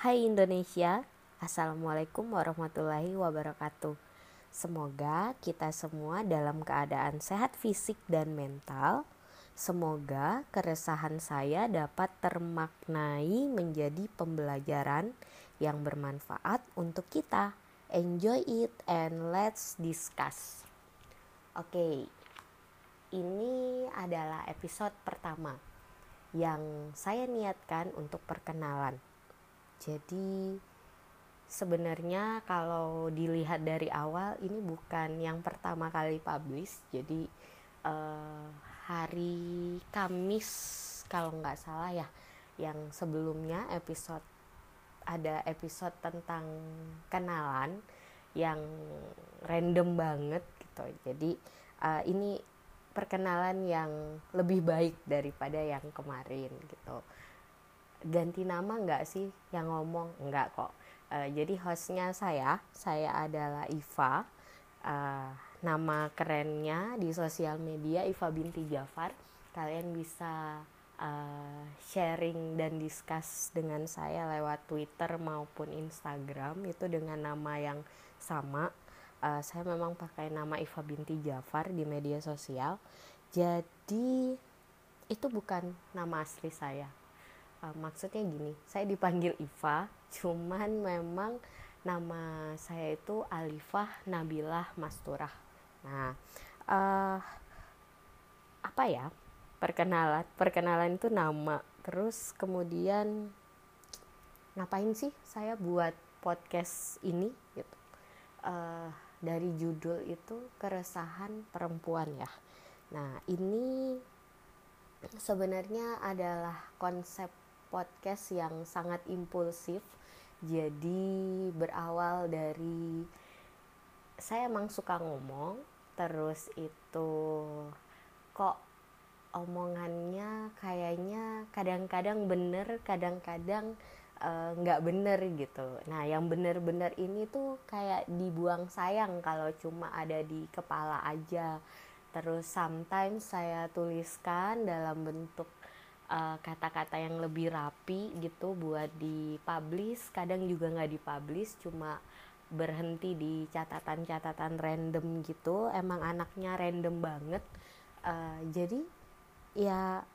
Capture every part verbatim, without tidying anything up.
Hai Indonesia, Assalamualaikum warahmatullahi wabarakatuh. Semoga kita semua dalam keadaan sehat fisik dan mental. Semoga keresahan saya dapat termaknai menjadi pembelajaran yang bermanfaat untuk kita. Enjoy it and let's discuss. Oke, ini adalah episode pertama yang saya niatkan untuk perkenalan. Jadi sebenarnya kalau dilihat dari awal ini bukan yang pertama kali publish. Jadi eh, hari Kamis kalau nggak salah ya, yang sebelumnya episode ada episode tentang kenalan yang random banget gitu. Jadi eh, ini perkenalan yang lebih baik daripada yang kemarin gitu. Ganti nama nggak sih yang ngomong? Nggak kok. Uh, jadi hostnya saya, saya adalah Iva. Uh, nama kerennya di sosial media Iva binti Jafar. Kalian bisa uh, sharing dan discuss dengan saya lewat Twitter maupun Instagram itu dengan nama yang sama. Uh, saya memang pakai nama Iva binti Jafar di media sosial. Jadi itu bukan nama asli saya. Uh, maksudnya gini, saya dipanggil Iva, cuman memang nama saya itu Alifah Nabilah Masturah. Nah, uh, apa ya? Perkenalan, perkenalan itu nama. Terus kemudian ngapain sih saya buat podcast ini? Gitu. Uh, dari judul itu keresahan perempuan ya. Nah, ini sebenarnya adalah konsep podcast yang sangat impulsif. Jadi berawal dari saya emang suka ngomong, terus itu kok omongannya kayaknya kadang-kadang bener, kadang-kadang nggak uh, bener gitu. Nah yang bener-bener ini tuh kayak dibuang sayang kalau cuma ada di kepala aja. Terus sometimes saya tuliskan dalam bentuk Uh, kata-kata yang lebih rapi gitu buat dipublish, kadang juga nggak dipublish, cuma berhenti di catatan-catatan random gitu. Emang anaknya random banget. Uh, jadi ya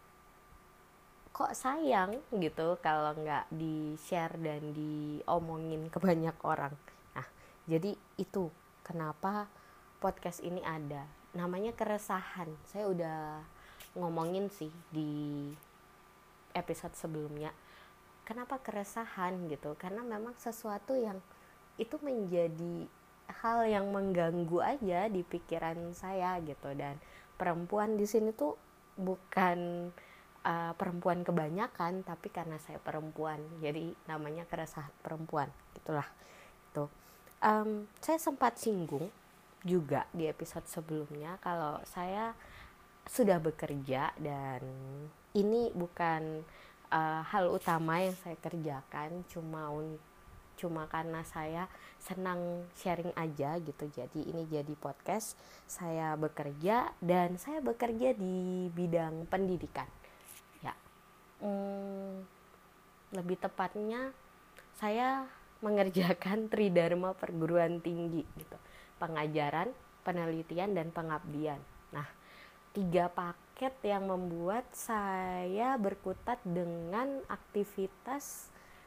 kok sayang gitu kalau nggak di share dan diomongin ke banyak orang. Nah jadi itu kenapa podcast ini ada. Namanya keresahan. Saya udah ngomongin sih di episode sebelumnya kenapa keresahan gitu, karena memang sesuatu yang itu menjadi hal yang mengganggu aja di pikiran saya gitu. Dan perempuan di sini tuh bukan uh, perempuan kebanyakan, tapi karena saya perempuan jadi namanya keresahan perempuan gitulah. Itu um, saya sempat singgung juga di episode sebelumnya kalau saya sudah bekerja dan ini bukan uh, hal utama yang saya kerjakan, cuma un- cuma karena saya senang sharing aja gitu. Jadi ini jadi podcast. Saya bekerja dan saya bekerja di bidang pendidikan. Ya, hmm, lebih tepatnya saya mengerjakan Tridharma Perguruan Tinggi gitu, pengajaran, penelitian dan pengabdian. Nah, tiga paket yang membuat saya berkutat dengan aktivitas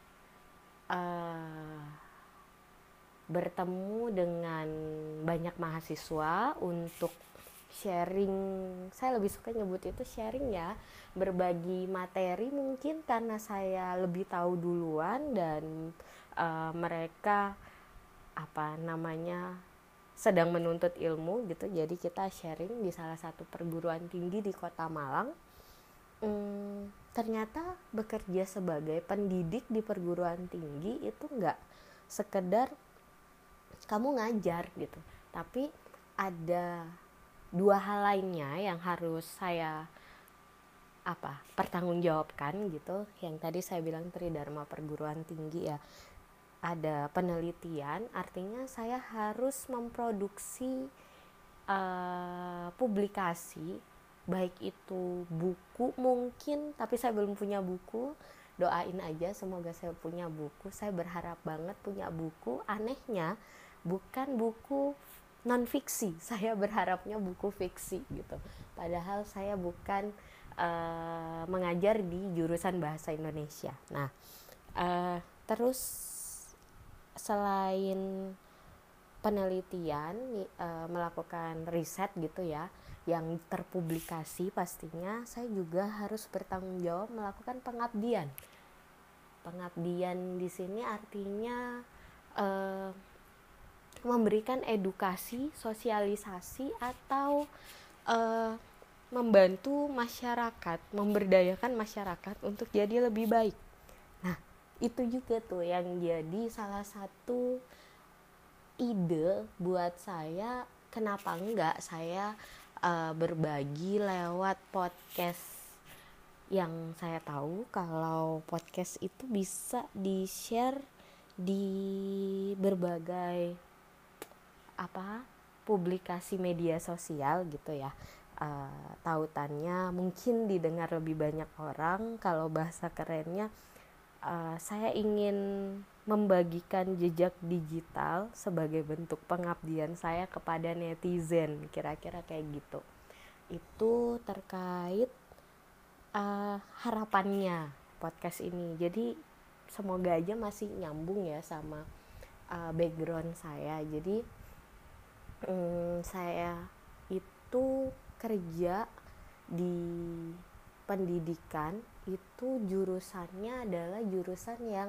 uh, bertemu dengan banyak mahasiswa untuk sharing. Saya lebih suka nyebut itu sharing ya, berbagi materi mungkin karena saya lebih tahu duluan dan uh, mereka apa namanya sedang menuntut ilmu gitu. Jadi kita sharing di salah satu perguruan tinggi di Kota Malang. Hmm, ternyata bekerja sebagai pendidik di perguruan tinggi itu nggak sekedar kamu ngajar gitu, tapi ada dua hal lainnya yang harus saya apa pertanggungjawabkan gitu. Yang tadi saya bilang Tridharma Perguruan Tinggi ya, ada penelitian, artinya saya harus memproduksi uh, publikasi, baik itu buku mungkin, tapi saya belum punya buku, doain aja semoga saya punya buku. Saya berharap banget punya buku. Anehnya bukan buku non fiksi, saya berharapnya buku fiksi gitu. Padahal saya bukan uh, mengajar di jurusan bahasa Indonesia. Nah, uh, terus selain penelitian, uh, melakukan riset gitu ya, yang terpublikasi, pastinya saya juga harus bertanggung jawab melakukan pengabdian. Pengabdian di sini artinya uh, memberikan edukasi, sosialisasi, atau uh, membantu masyarakat, memberdayakan masyarakat untuk jadi lebih baik. Nah, itu juga tuh yang jadi salah satu ide buat saya, kenapa enggak saya uh, berbagi lewat podcast. Yang saya tahu kalau podcast itu bisa di-share di berbagai apa publikasi media sosial gitu ya. Uh, tautannya mungkin didengar lebih banyak orang. Kalau bahasa kerennya, uh, saya ingin membagikan jejak digital sebagai bentuk pengabdian saya kepada netizen, kira-kira kayak gitu. Itu terkait uh, harapannya podcast ini. Jadi semoga aja masih nyambung ya sama uh, background saya. Jadi um, saya itu kerja di pendidikan, itu jurusannya adalah jurusan yang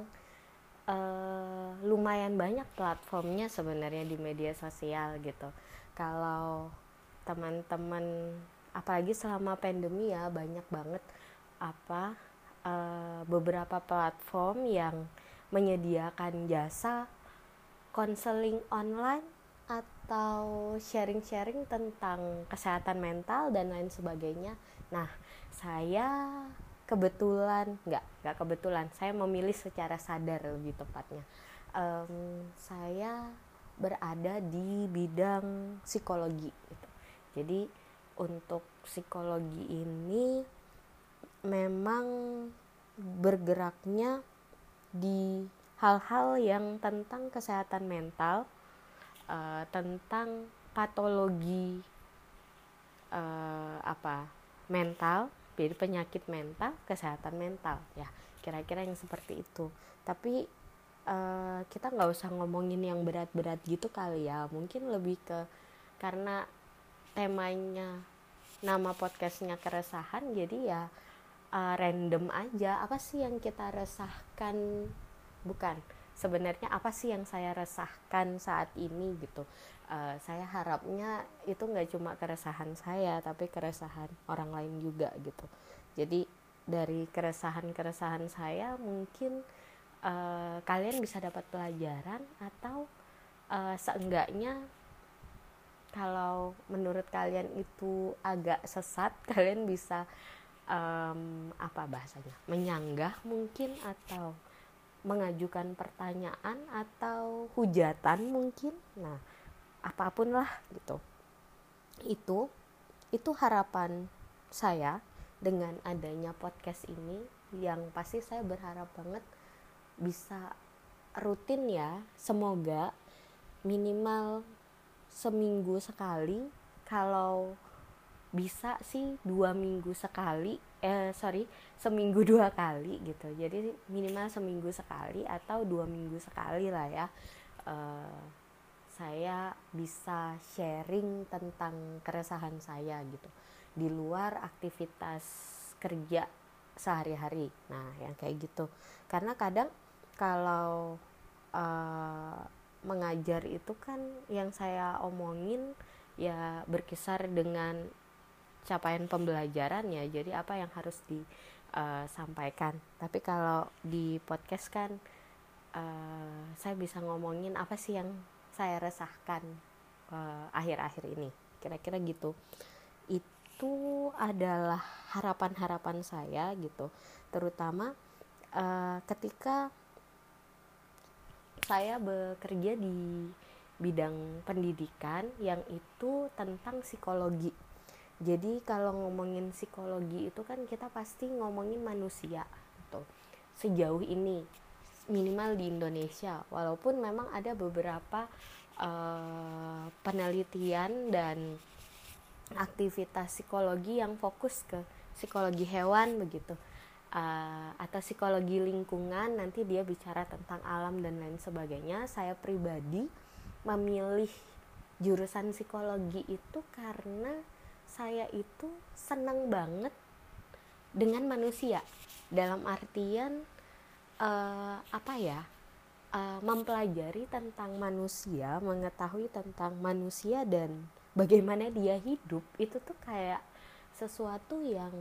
uh, lumayan banyak platformnya sebenarnya di media sosial gitu. Kalau teman-teman, apalagi selama pandemi ya, banyak banget apa uh, beberapa platform yang menyediakan jasa konseling online atau sharing-sharing tentang kesehatan mental dan lain sebagainya. Nah, saya kebetulan, nggak, nggak kebetulan, saya memilih secara sadar lebih tepatnya. Um, saya berada di bidang psikologi gitu. Jadi untuk psikologi ini memang bergeraknya di hal-hal yang tentang kesehatan mental, uh, tentang patologi uh, apa mental, jadi penyakit mental, kesehatan mental ya, kira-kira yang seperti itu. Tapi uh, kita nggak usah ngomongin yang berat-berat gitu kali ya, mungkin lebih ke karena temanya nama podcastnya keresahan, jadi ya uh, random aja, apa sih yang kita resahkan, bukan sebenarnya apa sih yang saya resahkan saat ini gitu. Uh, saya harapnya itu nggak cuma keresahan saya, tapi keresahan orang lain juga gitu. Jadi dari keresahan-keresahan saya mungkin uh, kalian bisa dapat pelajaran, atau uh, seenggaknya kalau menurut kalian itu agak sesat, kalian bisa um, apa bahasanya, menyanggah mungkin, atau mengajukan pertanyaan atau hujatan mungkin. Nah, apapun lah gitu. Itu itu harapan saya dengan adanya podcast ini, yang pasti saya berharap banget bisa rutin ya. Semoga minimal seminggu sekali, kalau bisa sih dua minggu sekali, eh sorry seminggu dua kali gitu. Jadi minimal seminggu sekali atau dua minggu sekali lah ya, uh, saya bisa sharing tentang keresahan saya gitu di luar aktivitas kerja sehari-hari. Nah yang kayak gitu, karena kadang kalau uh, mengajar itu kan yang saya omongin ya berkisar dengan capaian pembelajaran ya, jadi apa yang harus disampaikan. Tapi kalau di podcast kan uh, saya bisa ngomongin apa sih yang saya resahkan uh, akhir-akhir ini, kira-kira gitu. Itu adalah harapan-harapan saya gitu, terutama uh, ketika saya bekerja di bidang pendidikan yang itu tentang psikologi. Jadi kalau ngomongin psikologi itu kan kita pasti ngomongin manusia gitu. sejauh ini, minimal di Indonesia, walaupun memang ada beberapa uh, penelitian dan aktivitas psikologi yang fokus ke psikologi hewan begitu, uh, atau psikologi lingkungan, nanti dia bicara tentang alam dan lain sebagainya. Saya pribadi memilih jurusan psikologi itu karena saya itu senang banget dengan manusia, dalam artian uh, apa ya uh, mempelajari tentang manusia, mengetahui tentang manusia dan bagaimana dia hidup. Itu tuh kayak sesuatu yang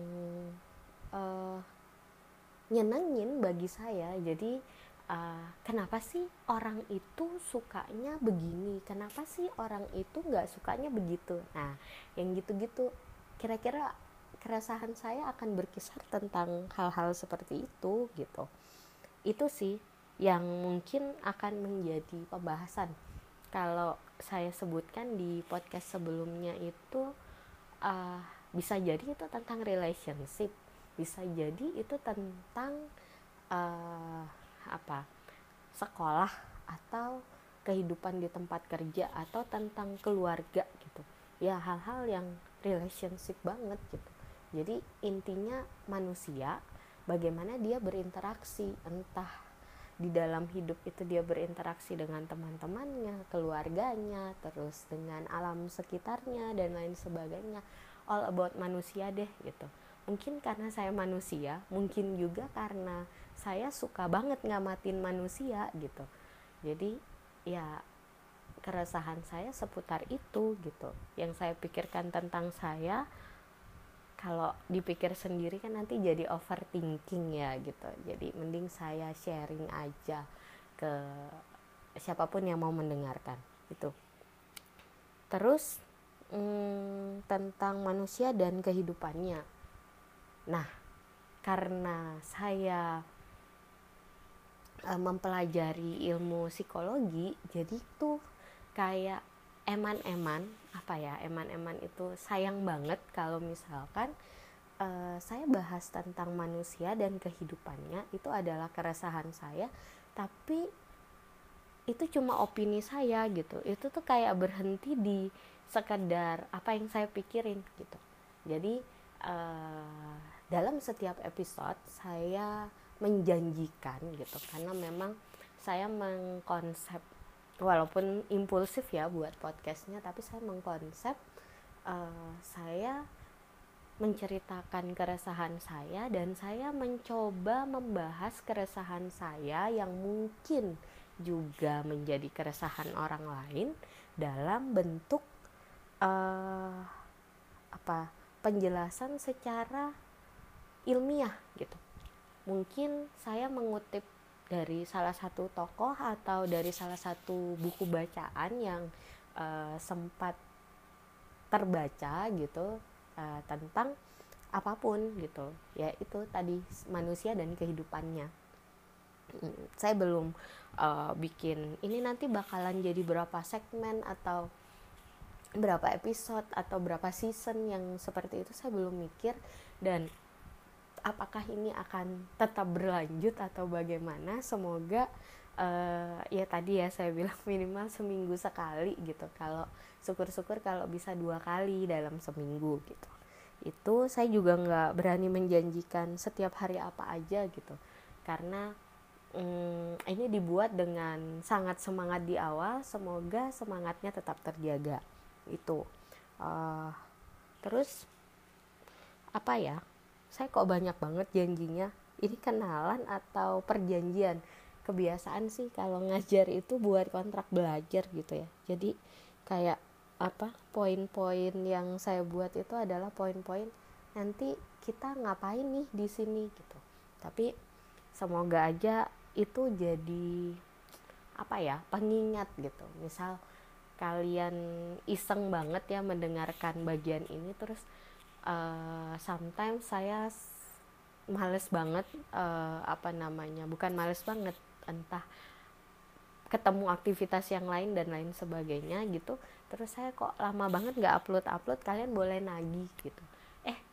uh, nyenengin bagi saya. Jadi uh, kenapa sih orang itu sukanya begini, kenapa sih orang itu gak sukanya begitu. Nah yang gitu-gitu, kira-kira keresahan saya akan berkisar tentang hal-hal seperti itu gitu. Itu sih yang mungkin akan menjadi pembahasan. Kalau saya sebutkan di podcast sebelumnya itu uh, bisa jadi itu tentang relationship, bisa jadi itu tentang uh, apa sekolah atau kehidupan di tempat kerja, atau tentang keluarga gitu ya, hal-hal yang relationship banget gitu. Jadi intinya manusia, bagaimana dia berinteraksi, entah di dalam hidup itu dia berinteraksi dengan teman-temannya, keluarganya, terus dengan alam sekitarnya dan lain sebagainya. All about manusia deh gitu. Mungkin karena saya manusia, mungkin juga karena saya suka banget ngamatin manusia gitu. Jadi ya keresahan saya seputar itu gitu. Yang saya pikirkan tentang saya, kalau dipikir sendiri kan nanti jadi overthinking ya gitu. Jadi mending saya sharing aja ke siapapun yang mau mendengarkan itu. Terus hmm, tentang manusia dan kehidupannya. Nah, karena saya e, mempelajari ilmu psikologi, jadi tuh kayak eman-eman apa ya eman-eman itu sayang banget kalau misalkan uh, saya bahas tentang manusia dan kehidupannya itu adalah keresahan saya, tapi itu cuma opini saya gitu. Itu tuh kayak berhenti di sekedar apa yang saya pikirin gitu. Jadi uh, dalam setiap episode saya menjanjikan gitu, karena memang saya mengkonsep, walaupun impulsif ya buat podcastnya, tapi saya mengkonsep uh, saya menceritakan keresahan saya, dan saya mencoba membahas keresahan saya yang mungkin juga menjadi keresahan orang lain dalam bentuk uh, apa penjelasan secara ilmiah gitu. Mungkin saya mengutip dari salah satu tokoh atau dari salah satu buku bacaan yang uh, sempat terbaca gitu uh, tentang apapun gitu, yaitu tadi manusia dan kehidupannya. Hmm, saya belum uh, bikin ini nanti bakalan jadi berapa segmen atau berapa episode atau berapa season yang seperti itu, saya belum mikir, dan apakah ini akan tetap berlanjut atau bagaimana. Semoga uh, ya tadi ya saya bilang minimal seminggu sekali gitu. Kalau syukur-syukur kalau bisa dua kali dalam seminggu gitu. Itu saya juga nggak berani menjanjikan setiap hari apa aja gitu, karena um, ini dibuat dengan sangat semangat di awal. Semoga semangatnya tetap terjaga itu. Uh, terus apa ya? Saya kok banyak banget janjinya. Ini kenalan atau perjanjian? Kebiasaan sih kalau ngajar itu buat kontrak belajar gitu ya. Jadi kayak apa? Poin-poin yang saya buat itu adalah poin-poin nanti kita ngapain nih di sini gitu. Tapi semoga aja itu jadi apa ya? Pengingat gitu. Misal kalian iseng banget ya mendengarkan bagian ini, terus Uh, sometimes saya males banget uh, apa namanya bukan males banget entah ketemu aktivitas yang lain dan lain sebagainya gitu, terus saya kok lama banget nggak upload upload kalian boleh nagih gitu, eh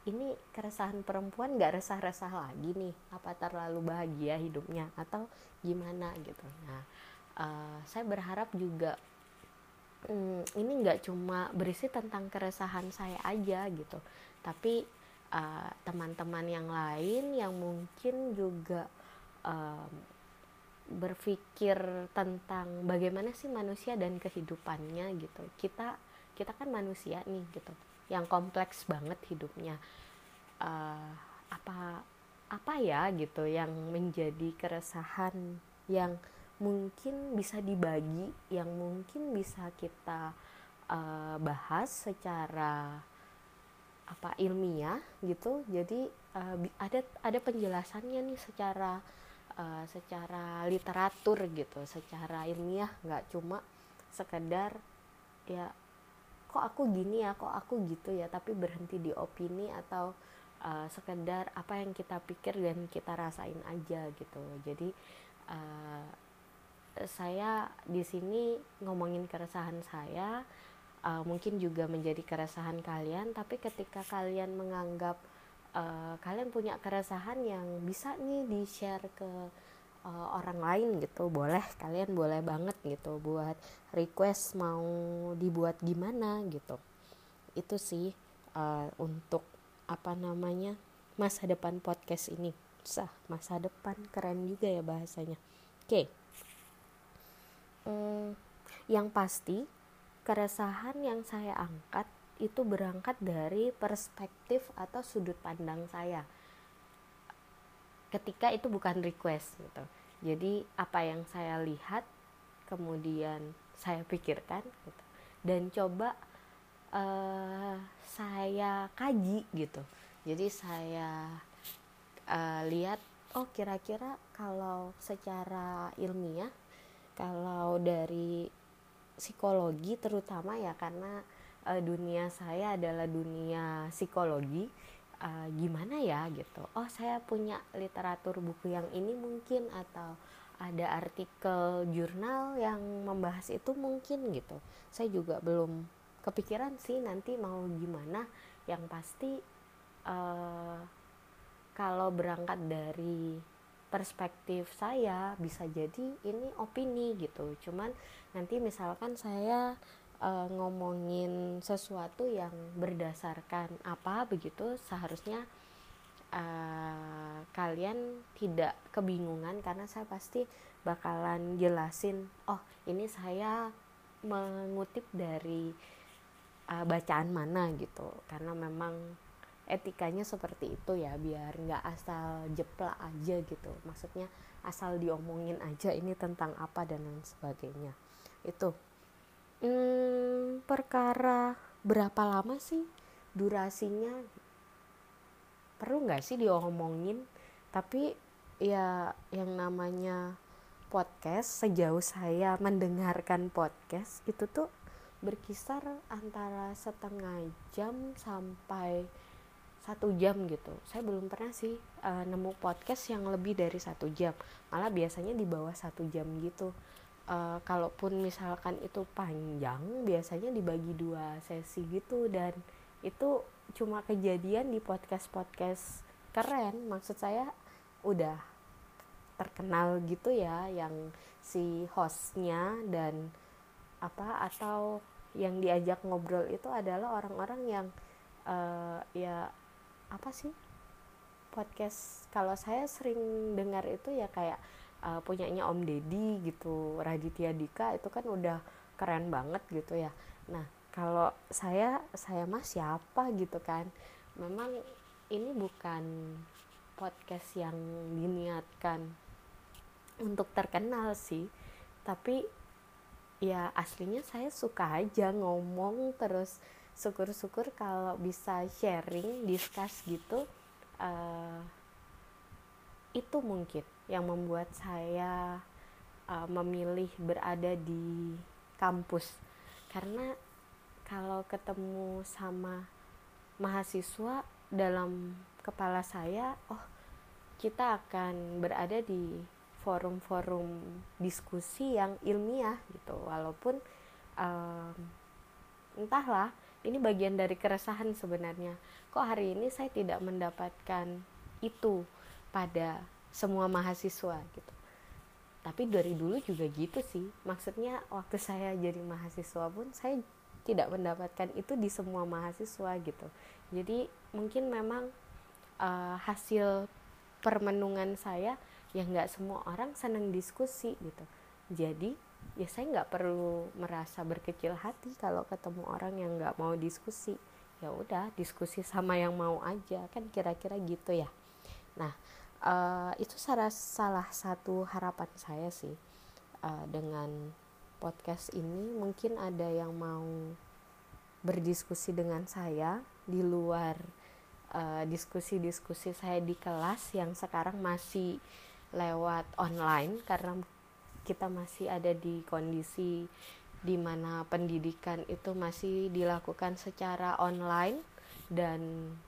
ini keresahan perempuan nggak resah-resah lagi nih, apa terlalu bahagia hidupnya atau gimana gitu. Nah, uh, saya berharap juga Hmm, ini nggak cuma berisi tentang keresahan saya aja gitu, tapi uh, teman-teman yang lain yang mungkin juga um, berpikir tentang bagaimana sih manusia dan kehidupannya gitu. Kita kita kan manusia nih gitu, yang kompleks banget hidupnya. Uh, apa apa ya gitu yang menjadi keresahan yang mungkin bisa dibagi, yang mungkin bisa kita uh, bahas secara apa ilmiah gitu. Jadi uh, ada ada penjelasannya nih secara uh, secara literatur gitu, secara ilmiah, nggak cuma sekedar ya kok aku gini ya, kok aku gitu ya, tapi berhenti di opini atau uh, sekedar apa yang kita pikir dan kita rasain aja gitu. Jadi uh, saya di sini ngomongin keresahan saya, uh, mungkin juga menjadi keresahan kalian, tapi ketika kalian menganggap uh, kalian punya keresahan yang bisa nih di-share ke uh, orang lain gitu, boleh, kalian boleh banget gitu buat request mau dibuat gimana gitu. Itu sih uh, untuk apa namanya masa depan podcast ini. Sah, masa depan keren juga ya bahasanya. Oke. Okay. Hmm, yang pasti keresahan yang saya angkat itu berangkat dari perspektif atau sudut pandang saya ketika itu bukan request gitu. Jadi apa yang saya lihat kemudian saya pikirkan gitu, dan coba uh, saya kaji gitu. Jadi saya uh, lihat, oh kira-kira kalau secara ilmiah, kalau dari psikologi terutama ya, karena uh, dunia saya adalah dunia psikologi, uh, gimana ya gitu. Oh saya punya literatur buku yang ini mungkin, atau ada artikel jurnal yang membahas itu mungkin gitu. Saya juga belum kepikiran sih nanti mau gimana. Yang pasti uh, kalau berangkat dari perspektif saya bisa jadi ini opini gitu. Cuman nanti misalkan saya uh, ngomongin sesuatu yang berdasarkan apa begitu, seharusnya uh, kalian tidak kebingungan karena saya pasti bakalan jelasin, oh ini saya mengutip dari uh, bacaan mana gitu, karena memang etikanya seperti itu ya, biar nggak asal jeplak aja gitu, maksudnya asal diomongin aja ini tentang apa dan lain sebagainya. Itu hmm, perkara berapa lama sih durasinya, perlu nggak sih diomongin? Tapi ya yang namanya podcast, sejauh saya mendengarkan podcast itu tuh berkisar antara setengah jam sampai satu jam gitu. Saya belum pernah sih uh, nemu podcast yang lebih dari satu jam, malah biasanya di bawah satu jam gitu. Uh, kalaupun misalkan itu panjang, biasanya dibagi dua sesi gitu, dan itu cuma kejadian di podcast-podcast keren, maksud saya udah terkenal gitu ya, yang si hostnya dan apa atau yang diajak ngobrol itu adalah orang-orang yang uh, ya apa sih, podcast kalau saya sering dengar itu ya kayak uh, punyanya Om Deddy gitu, Raditya Dika, itu kan udah keren banget gitu ya. Nah kalau saya saya mah siapa gitu kan, memang ini bukan podcast yang diniatkan untuk terkenal sih, tapi ya aslinya saya suka aja ngomong terus, syukur-syukur kalau bisa sharing, discuss gitu. Uh, itu mungkin yang membuat saya uh, memilih berada di kampus, karena kalau ketemu sama mahasiswa, dalam kepala saya oh kita akan berada di forum-forum diskusi yang ilmiah gitu, walaupun um, entahlah ini bagian dari keresahan sebenarnya. Kok hari ini saya tidak mendapatkan itu pada semua mahasiswa gitu. Tapi dari dulu juga gitu sih. Maksudnya waktu saya jadi mahasiswa pun saya tidak mendapatkan itu di semua mahasiswa gitu. Jadi mungkin memang uh, hasil permenungan saya, ya nggak semua orang senang diskusi gitu. Jadi ya saya nggak perlu merasa berkecil hati kalau ketemu orang yang nggak mau diskusi. Ya udah, diskusi sama yang mau aja, kan kira-kira gitu ya. Nah, uh, itu salah salah satu harapan saya sih, uh, dengan podcast ini. Mungkin ada yang mau berdiskusi dengan saya di luar uh, diskusi-diskusi saya di kelas yang sekarang masih lewat online, karena kita masih ada di kondisi di mana pendidikan itu masih dilakukan secara online dan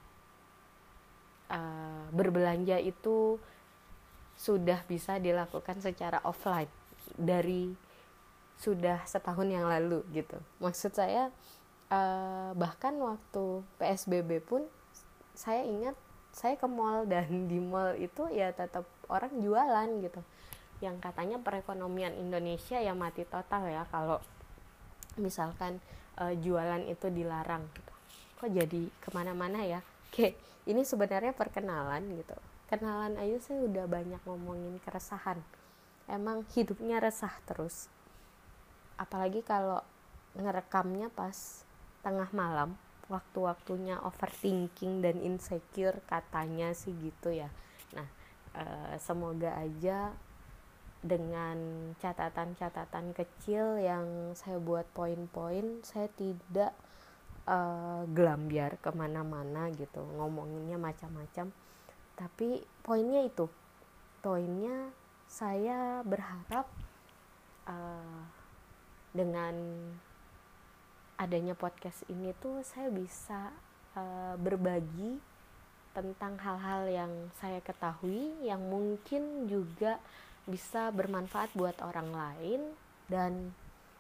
uh, berbelanja itu sudah bisa dilakukan secara offline dari sudah setahun yang lalu gitu. Maksud saya uh, bahkan waktu P S B B pun saya ingat saya ke mall, dan di mall itu ya tetap orang jualan gitu. Yang katanya perekonomian Indonesia ya mati total ya kalau misalkan uh, jualan itu dilarang gitu. Kok jadi kemana-mana ya? Oke, ini sebenarnya perkenalan gitu. Kenalan aja saya udah banyak ngomongin keresahan. Emang hidupnya resah terus. Apalagi kalau ngerekamnya pas tengah malam, waktu-waktunya overthinking dan insecure katanya sih gitu ya. Nah, uh, semoga aja dengan catatan-catatan kecil yang saya buat poin-poin, saya tidak uh, gelambiar kemana-mana gitu, ngomonginnya macam-macam. Tapi poinnya itu, poinnya saya berharap uh, dengan adanya podcast ini tuh saya bisa uh, berbagi tentang hal-hal yang saya ketahui, yang mungkin juga bisa bermanfaat buat orang lain, dan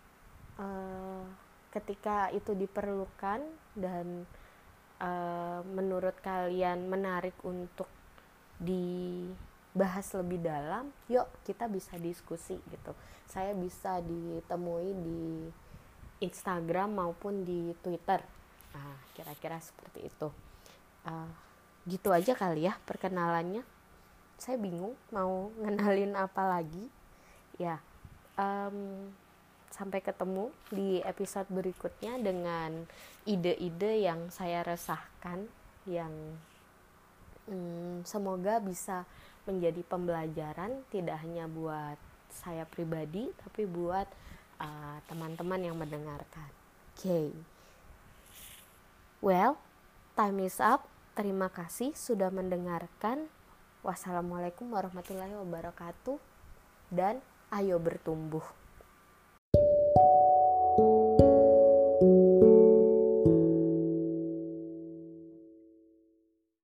uh, ketika itu diperlukan dan uh, menurut kalian menarik untuk dibahas lebih dalam, yuk kita bisa diskusi gitu. Saya bisa ditemui di Instagram maupun di Twitter. Nah, kira-kira seperti itu. Uh, gitu aja kali ya perkenalannya. Saya bingung mau ngenalin apa lagi ya. Um, sampai ketemu di episode berikutnya dengan ide-ide yang saya resahkan, yang um, semoga bisa menjadi pembelajaran tidak hanya buat saya pribadi tapi buat uh, teman-teman yang mendengarkan. Oke, okay. Well, time is up. Terima kasih sudah mendengarkan. Wassalamualaikum warahmatullahi wabarakatuh, dan ayo bertumbuh.